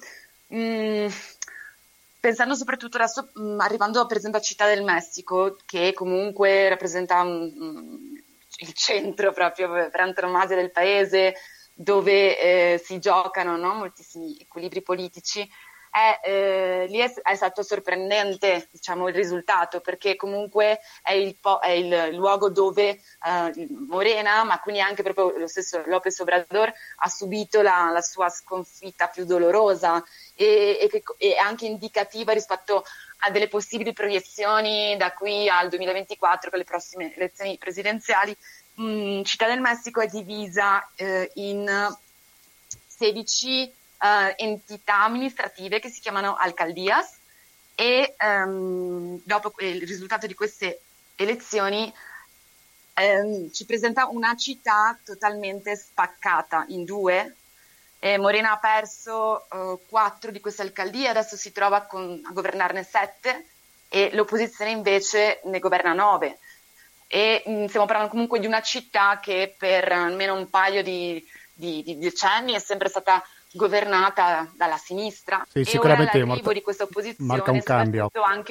pensando soprattutto adesso, arrivando per esempio a Città del Messico, che comunque rappresenta il centro proprio per antonomasia del paese, dove si giocano, no, moltissimi equilibri politici, lì è stato sorprendente, diciamo, il risultato, perché comunque è il luogo dove Morena, ma quindi anche proprio lo stesso López Obrador, ha subito la sua sconfitta più dolorosa e anche indicativa rispetto a delle possibili proiezioni da qui al 2024, con le prossime elezioni presidenziali. Città del Messico è divisa in 16 entità amministrative che si chiamano alcaldías e dopo il risultato di queste elezioni ci presenta una città totalmente spaccata in due. Morena ha perso 4 di queste alcaldie, adesso si trova a governarne 7 e l'opposizione invece ne governa 9. E stiamo parlando comunque di una città che per almeno un paio di decenni è sempre stata governata dalla sinistra. Sì, e sicuramente ora l'arrivo di questa opposizione marca un cambio.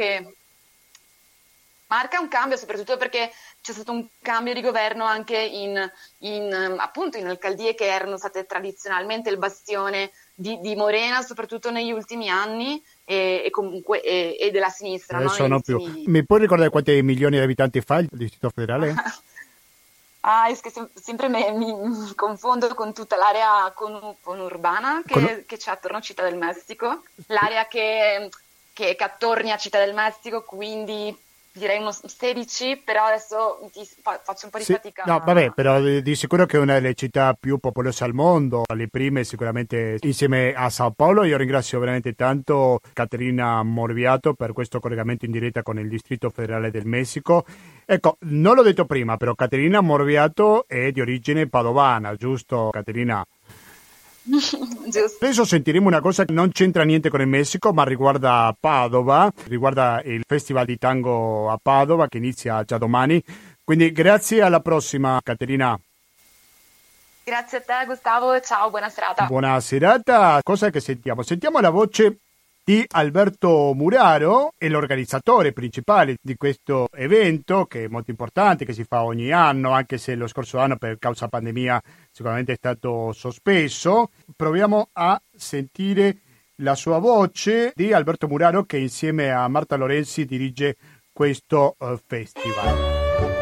Marca un cambio soprattutto perché c'è stato un cambio di governo anche appunto in alcaldie che erano state tradizionalmente il bastione di Morena, soprattutto negli ultimi anni, e comunque e della sinistra. Adesso non più. Mi puoi ricordare quanti milioni di abitanti fa il Distrito Federale? È che sempre mi confondo con tutta l'area conurbana che c'è attorno a Città del Messico, l'area che attorni a Città del Messico, quindi direi uno 16, però adesso faccio un po' di Sì, fatica. no, vabbè, però di sicuro che è una delle città più popolose al mondo, le prime sicuramente insieme a Sao Paulo. Io ringrazio veramente tanto Caterina Morbiato per questo collegamento in diretta con il Distrito Federale del Messico. Ecco, non l'ho detto prima, però Caterina Morbiato è di origine padovana, giusto Caterina? Giusto. Adesso sentiremo una cosa che non c'entra niente con il Messico, ma riguarda Padova, riguarda il Festival di Tango a Padova che inizia già domani. Quindi grazie, alla prossima Caterina. Grazie a te Gustavo, ciao, buona serata. Buona serata. Cosa che sentiamo? Sentiamo la voce di Alberto Muraro, è l'organizzatore principale di questo evento che è molto importante, che si fa ogni anno, anche se lo scorso anno per causa pandemia sicuramente è stato sospeso. Proviamo a sentire la sua voce di Alberto Muraro che insieme a Marta Lorenzi dirige questo festival.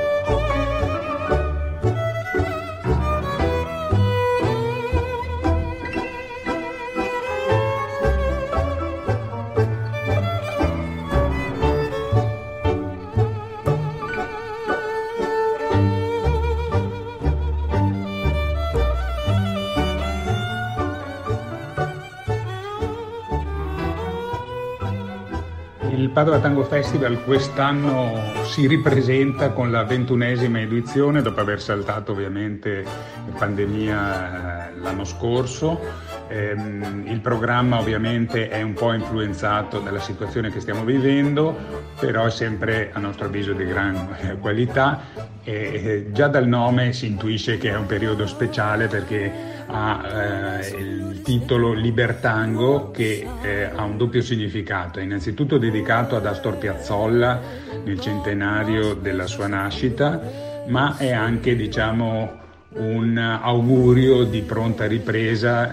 Il Padova Tango Festival quest'anno si ripresenta con la 21esima edizione dopo aver saltato ovviamente la pandemia l'anno scorso. Il programma ovviamente è un po' influenzato dalla situazione che stiamo vivendo, però è sempre a nostro avviso di gran qualità e già dal nome si intuisce che è un periodo speciale perché ha il titolo Libertango che ha un doppio significato. È innanzitutto dedicato ad Astor Piazzolla nel centenario della sua nascita, ma è anche un augurio di pronta ripresa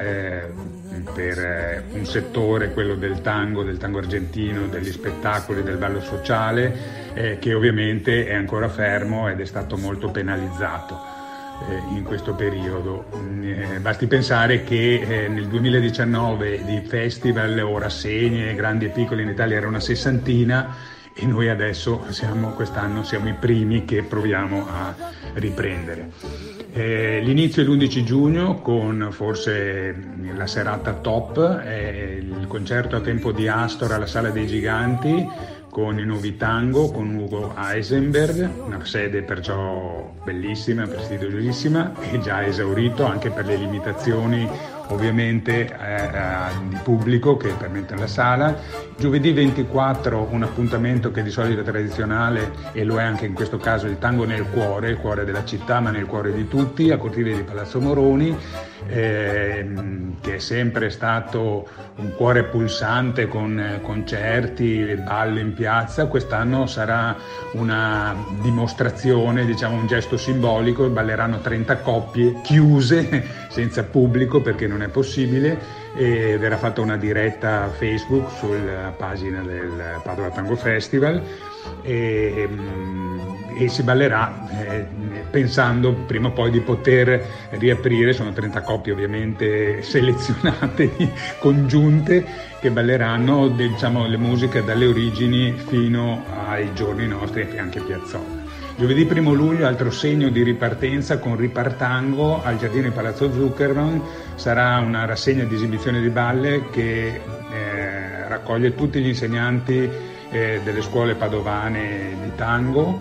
per un settore, quello del tango argentino, degli spettacoli, del ballo sociale, che ovviamente è ancora fermo ed è stato molto penalizzato in questo periodo. Basti pensare che nel 2019 di festival o rassegne grandi e piccoli in Italia era una sessantina e noi adesso quest'anno siamo i primi che proviamo a riprendere. L'inizio è l'11 giugno con forse la serata top, il concerto a tempo di Astor alla Sala dei Giganti con i nuovi tango, con Ugo Eisenberg, una sede perciò bellissima, prestigiosissima e già esaurito anche per le limitazioni ovviamente di pubblico che permette la sala. Giovedì 24 un appuntamento che di solito è tradizionale e lo è anche in questo caso, il tango nel cuore, il cuore della città ma nel cuore di tutti, a cortile di Palazzo Moroni, che è sempre stato un cuore pulsante con concerti e ballo in piazza. Quest'anno sarà una dimostrazione, un gesto simbolico, balleranno 30 coppie chiuse senza pubblico perché non è possibile e verrà fatta una diretta Facebook sulla pagina del Padova Tango Festival e si ballerà pensando prima o poi di poter riaprire. Sono 30 coppie ovviamente selezionate, congiunte, che balleranno le musiche dalle origini fino ai giorni nostri e anche Piazzolla. Giovedì 1 luglio, altro segno di ripartenza con Ripartango al Giardino di Palazzo Zuckerman. Sarà una rassegna di esibizione di balle che raccoglie tutti gli insegnanti delle scuole padovane di tango.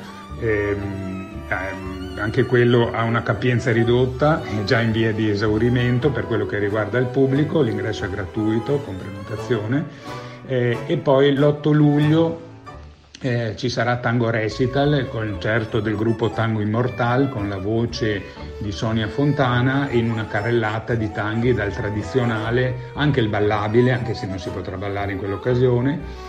Anche quello ha una capienza ridotta, è già in via di esaurimento per quello che riguarda il pubblico, l'ingresso è gratuito con prenotazione. E poi l'8 luglio ci sarà Tango Recital, il concerto del gruppo Tango Immortal con la voce di Sonia Fontana in una carrellata di tanghi dal tradizionale, anche il ballabile, anche se non si potrà ballare in quell'occasione,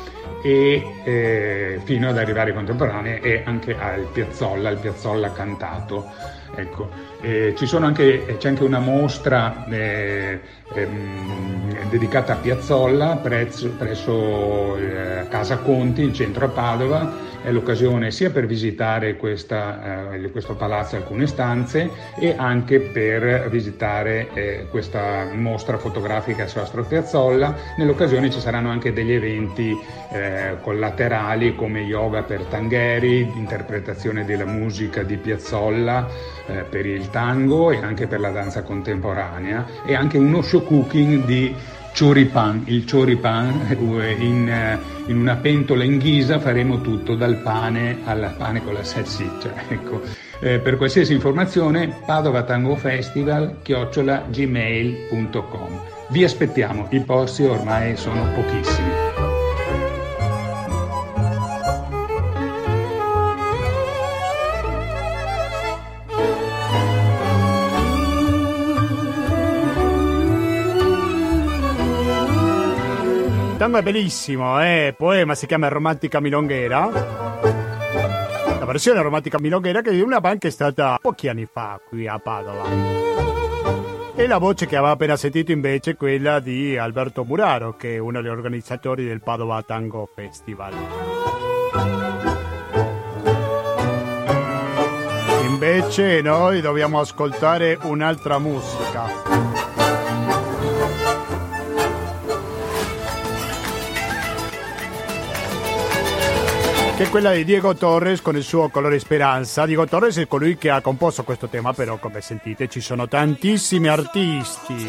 e fino ad arrivare ai contemporanei e anche al Piazzolla cantato. Ecco. C'è anche una mostra dedicata a Piazzolla presso Casa Conti, in centro a Padova. È l'occasione sia per visitare questo palazzo e alcune stanze, e anche per visitare questa mostra fotografica su Astor Piazzolla. Nell'occasione ci saranno anche degli eventi collaterali come yoga per Tangheri, interpretazione della musica di Piazzolla per il tango e anche per la danza contemporanea, e anche uno show cooking di choripan. Il choripan in una pentola in ghisa faremo tutto, dal pane al pane con la salsiccia. Ecco. Per qualsiasi informazione padovatangofestival@gmail.com. Vi aspettiamo, i posti ormai sono pochissimi. Il tango è bellissimo, poema, si chiama Romantica Milonghera. La versione Romantica Milonghera, che è una band che è stata pochi anni fa qui a Padova. E la voce che aveva appena sentito invece è quella di Alberto Muraro, che è uno degli organizzatori del Padova Tango Festival. Invece noi dobbiamo ascoltare un'altra musica. Che è quella di Diego Torres con il suo Colore Speranza. Diego Torres è colui che ha composto questo tema, però come sentite ci sono tantissimi artisti.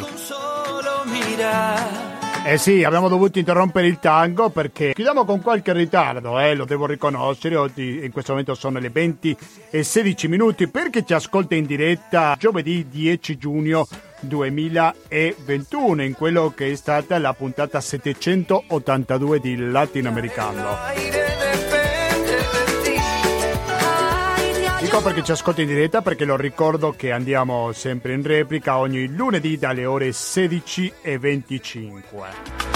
Eh sì, abbiamo dovuto interrompere il tango perché chiudiamo con qualche ritardo, lo devo riconoscere. Oggi in questo momento sono le 20:16 perché ci ascolta in diretta giovedì 10 giugno 2021 in quello che è stata la puntata 782 di Latinoamericano. Dico perché ci ascolta in diretta, perché lo ricordo che andiamo sempre in replica ogni lunedì dalle ore 16:25.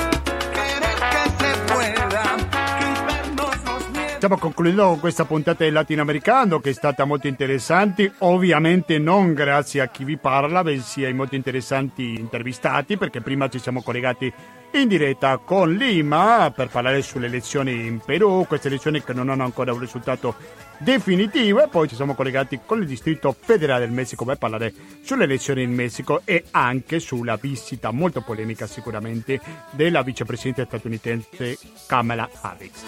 Stiamo concludendo con questa puntata del Latinoamericano, che è stata molto interessante, ovviamente non grazie a chi vi parla, bensì ai molto interessanti intervistati, perché prima ci siamo collegati in diretta con Lima per parlare sulle elezioni in Perù, queste elezioni che non hanno ancora un risultato definitivo, e poi ci siamo collegati con il Distretto Federale del Messico per parlare sulle elezioni in Messico e anche sulla visita molto polemica sicuramente della vicepresidente statunitense Kamala Harris.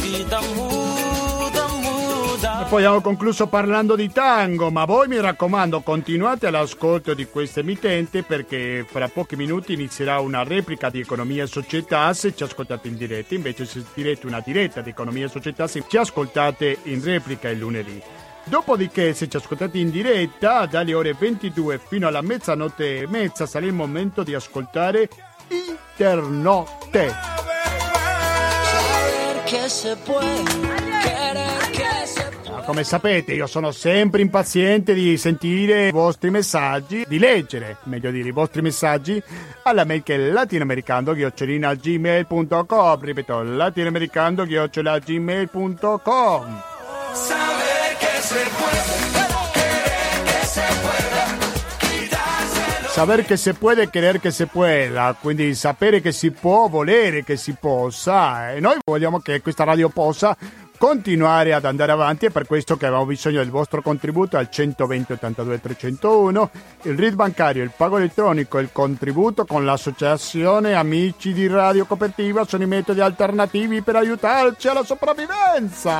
E poi abbiamo concluso parlando di tango, ma voi mi raccomando continuate all'ascolto di questa emittente, perché fra pochi minuti inizierà una replica di Economia e Società se ci ascoltate in diretta. Invece se sentirete una diretta di Economia e Società se ci ascoltate in replica il lunedì. Dopodiché, se ci ascoltate in diretta dalle ore 22 fino alla mezzanotte e mezza sarà il momento di ascoltare Internotte. Come sapete, io sono sempre impaziente di sentire i vostri messaggi, di leggere, meglio dire, i vostri messaggi alla mail che è latinoamericando@gmail.com. Ripeto, latinoamericando@gmail.com. Saber che se puede, querer che se pueda, quindi sapere che si può, volere che si possa, e noi vogliamo che questa radio possa continuare ad andare avanti. È per questo che abbiamo bisogno del vostro contributo al 120 82 301, il RID bancario, il pago elettronico, il contributo con l'associazione Amici di Radio Cooperativa sono i metodi alternativi per aiutarci alla sopravvivenza.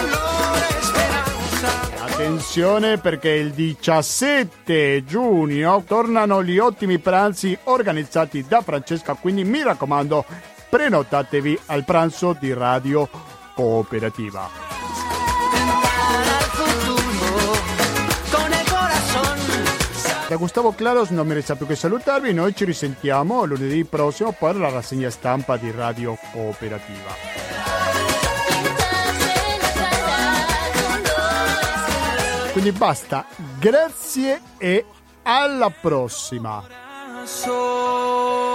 Attenzione, perché il 17 giugno tornano gli ottimi pranzi organizzati da Francesca, quindi mi raccomando prenotatevi al pranzo di Radio Cooperativa. Da Gustavo Claros non mi resta più che salutarvi. Noi ci risentiamo lunedì prossimo per la rassegna stampa di Radio Cooperativa. Quindi basta, grazie e alla prossima.